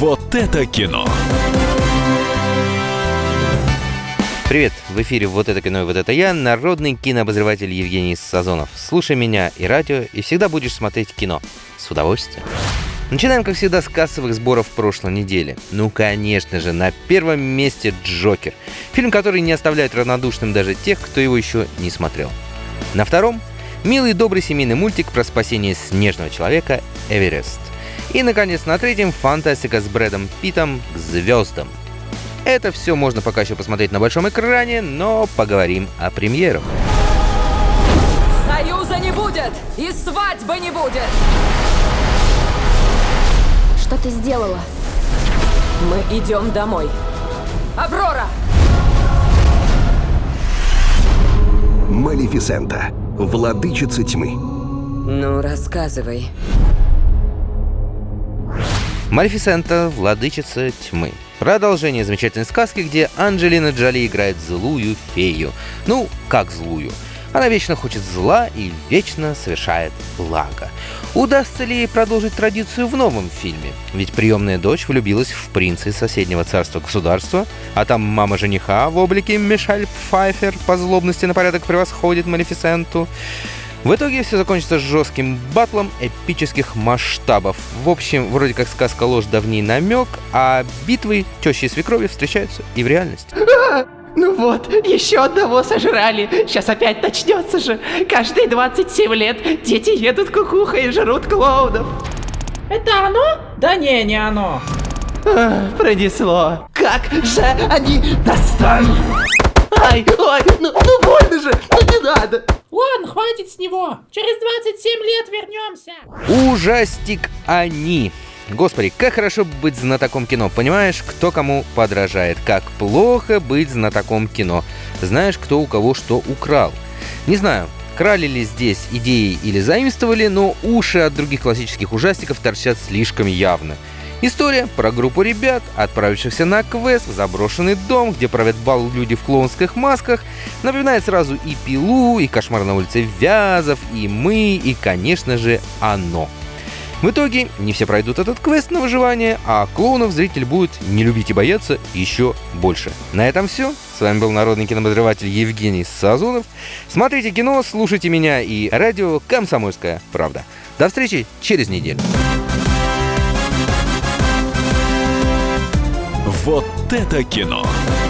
Вот это кино. Привет, в эфире «Вот это кино» и «Вот это я», народный кинообозреватель Евгений Сазонов. Слушай меня и радио, и всегда будешь смотреть кино. С удовольствием. Начинаем, как всегда, с кассовых сборов прошлой недели. Ну, конечно же, на первом месте «Джокер». Фильм, который не оставляет равнодушным даже тех, кто его еще не смотрел. На втором – милый добрый семейный мультик про спасение снежного человека «Эверест». И, наконец, на третьем – фантастика с Брэдом Питтом «К звездам». Это все можно пока еще посмотреть на большом экране, но поговорим о премьерах. Союза не будет и свадьбы не будет. Что ты сделала? Мы идем домой. Аврора! Малефисента. Владычица тьмы. Ну, рассказывай. «Малефисента. Владычица тьмы». Продолжение замечательной сказки, где Анджелина Джоли играет злую фею. Ну, как злую? Она вечно хочет зла и вечно совершает благо. Удастся ли ей продолжить традицию в новом фильме? Ведь приемная дочь влюбилась в принца из соседнего царства-государства, а там мама жениха в облике Мишель Пфайффер по злобности на порядок превосходит Малефисенту. В итоге все закончится жестким батлом эпических масштабов. В общем, вроде как сказка ложь давний намек, а битвы тещи и свекрови встречаются и в реальности. Ну вот, еще одного сожрали. Сейчас опять начнется же. Каждые 27 лет дети едут кукухой и жрут клоунов. Это оно? Да не оно. Пронесло. Как же они достали? Ай, ой, ну больно же, ну не надо. Ладно, хватит с него. Через 27 лет вернемся. Ужастик «Они». Господи, как хорошо быть знатоком кино. Понимаешь, кто кому подражает. Как плохо быть знатоком кино. Знаешь, кто у кого что украл. Не знаю, крали ли здесь идеи или заимствовали, но уши от других классических ужастиков торчат слишком явно. История про группу ребят, отправившихся на квест в заброшенный дом, где правят бал люди в клоунских масках, напоминает сразу и «Пилу», и «Кошмар на улице Вязов», и «Мы», и, конечно же, «Оно». В итоге не все пройдут этот квест на выживание, а клоунов зритель будет не любить и бояться еще больше. На этом все. С вами был народный кинообозреватель Евгений Сазонов. Смотрите кино, слушайте меня и радио «Комсомольская правда». До встречи через неделю. Вот это кино.